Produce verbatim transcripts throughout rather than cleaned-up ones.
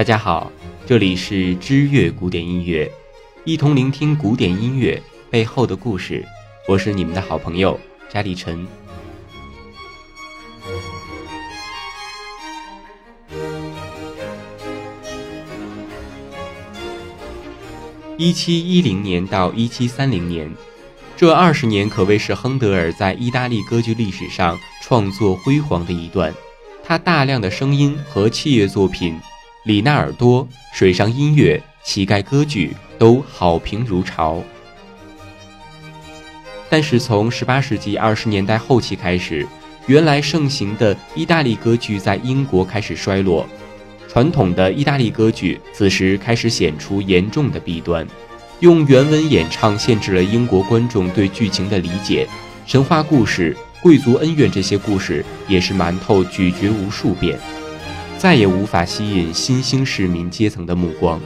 大家好，这里是知乐古典音乐，一同聆听古典音乐背后的故事。我是你们的好朋友翟立晨。一七一零年到一七三零年，这二十年可谓是亨德尔在意大利歌剧历史上创作辉煌的一段。他大量的声音和器乐作品，里纳尔多、水上音乐、乞丐歌剧都好评如潮。但是从十八世纪二十年代后期开始，原来盛行的意大利歌剧在英国开始衰落，传统的意大利歌剧此时开始显出严重的弊端，用原文演唱限制了英国观众对剧情的理解，神话故事、贵族恩怨这些故事也是馒头咀嚼无数遍，再也无法吸引新兴市民阶层的目光。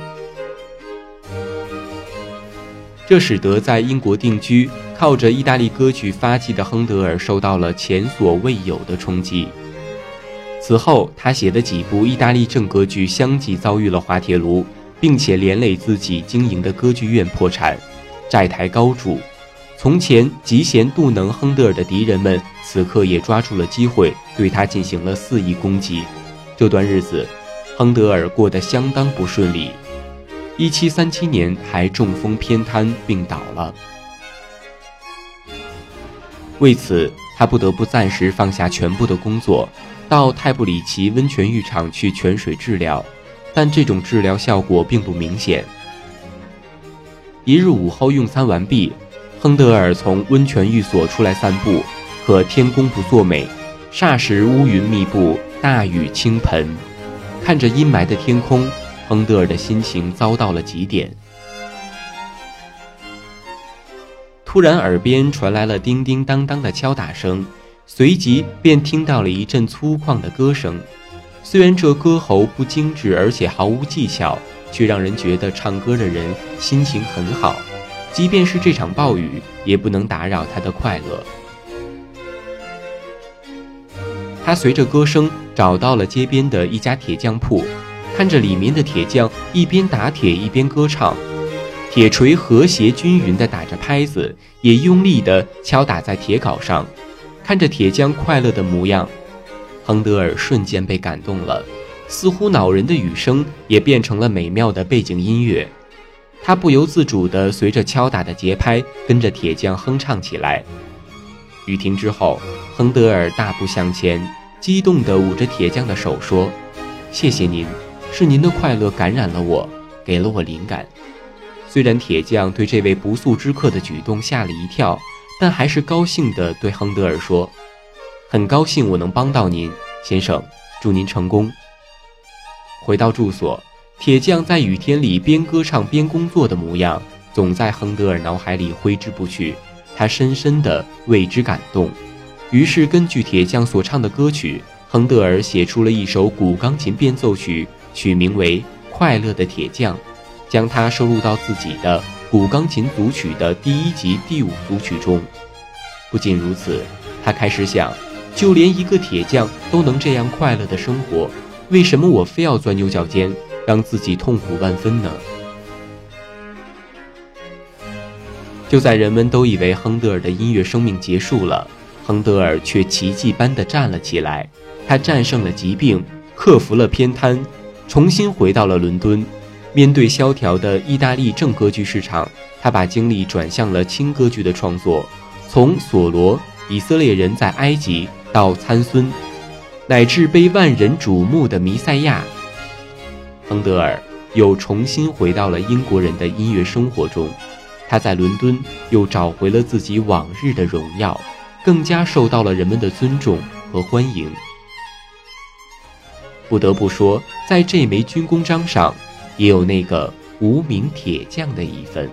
这使得在英国定居、靠着意大利歌剧发迹的亨德尔受到了前所未有的冲击。此后，他写的几部意大利正歌剧相继遭遇了滑铁卢，并且连累自己经营的歌剧院破产，债台高筑。从前嫉贤妒能亨德尔的敌人们，此刻也抓住了机会，对他进行了肆意攻击。这段日子，亨德尔过得相当不顺利。一七三七年还中风偏瘫病倒了。为此，他不得不暂时放下全部的工作，到泰布里奇温泉浴场去泉水治疗，但这种治疗效果并不明显。一日午后用餐完毕，亨德尔从温泉浴所出来散步，可天公不作美，霎时乌云密布，大雨倾盆。看着阴霾的天空，亨德尔的心情糟到了极点。突然耳边传来了叮叮当当的敲打声，随即便听到了一阵粗犷的歌声。虽然这歌喉不精致，而且毫无技巧，却让人觉得唱歌的人心情很好，即便是这场暴雨也不能打扰他的快乐。他随着歌声找到了街边的一家铁匠铺，看着里面的铁匠一边打铁一边歌唱，铁锤和谐均匀地打着拍子，也用力地敲打在铁镐上。看着铁匠快乐的模样，亨德尔瞬间被感动了，似乎恼人的雨声也变成了美妙的背景音乐。他不由自主地随着敲打的节拍跟着铁匠哼唱起来。雨停之后，亨德尔大步向前，激动地捂着铁匠的手说：谢谢您，是您的快乐感染了我，给了我灵感。虽然铁匠对这位不速之客的举动吓了一跳，但还是高兴地对亨德尔说：很高兴我能帮到您，先生，祝您成功。回到住所，铁匠在雨天里边歌唱边工作的模样总在亨德尔脑海里挥之不去，他深深地为之感动。于是根据铁匠所唱的歌曲，亨德尔写出了一首古钢琴变奏曲，取名为《快乐的铁匠》，将它收录到自己的古钢琴组曲的第一集第五组曲中。不仅如此，他开始想，就连一个铁匠都能这样快乐的生活，为什么我非要钻牛角尖，让自己痛苦万分呢？就在人们都以为亨德尔的音乐生命结束了，亨德尔却奇迹般地站了起来。他战胜了疾病，克服了偏瘫，重新回到了伦敦。面对萧条的意大利正歌剧市场，他把精力转向了轻歌剧的创作，从索罗、以色列人在埃及到参孙，乃至被万人瞩目的弥赛亚。亨德尔又重新回到了英国人的音乐生活中，他在伦敦又找回了自己往日的荣耀，更加受到了人们的尊重和欢迎。不得不说，在这枚军功章上也有那个无名铁匠的一份。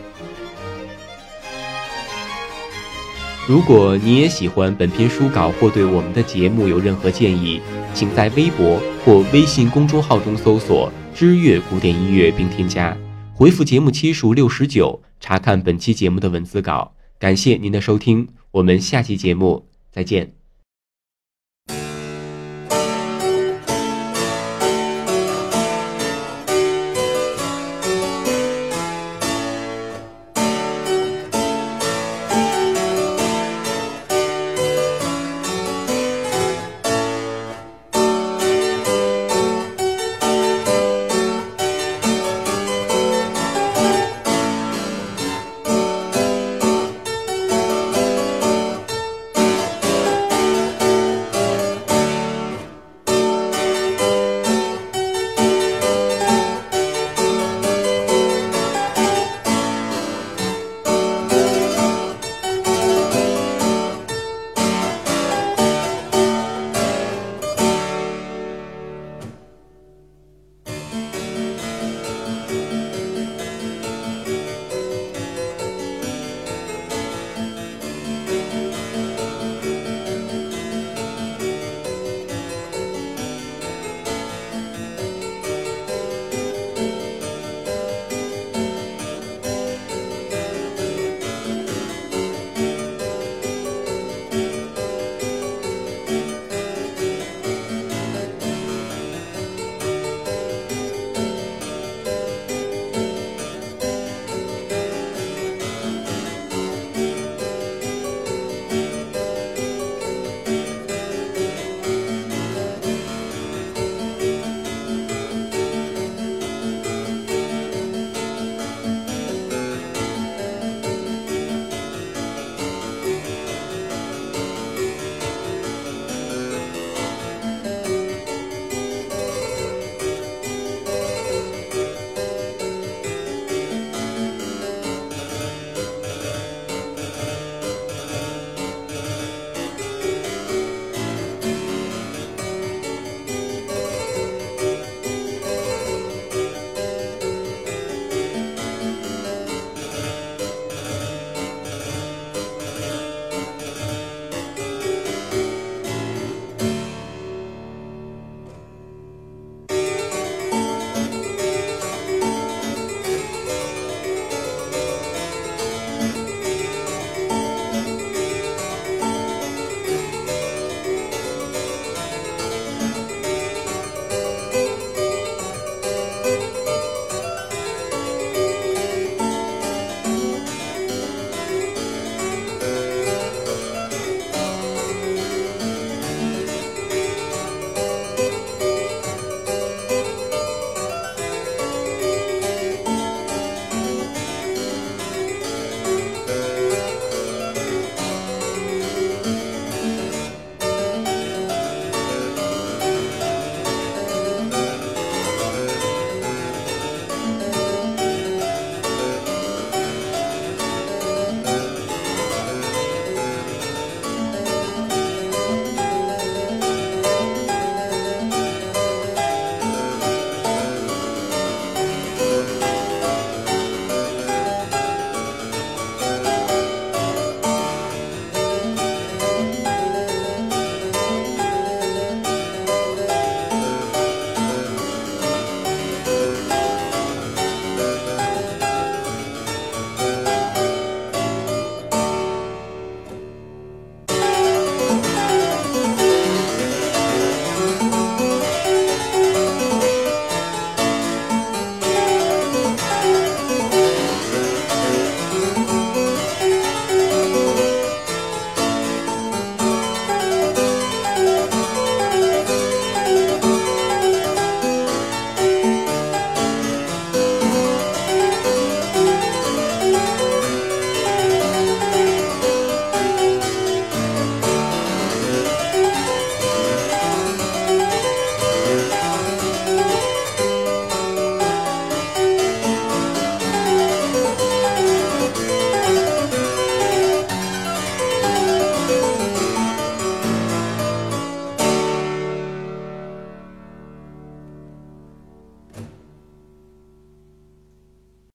如果你也喜欢本篇书稿或对我们的节目有任何建议，请在微博或微信公众号中搜索知乐古典音乐并添加，回复节目期数六十九查看本期节目的文字稿。感谢您的收听，我们下期节目再见。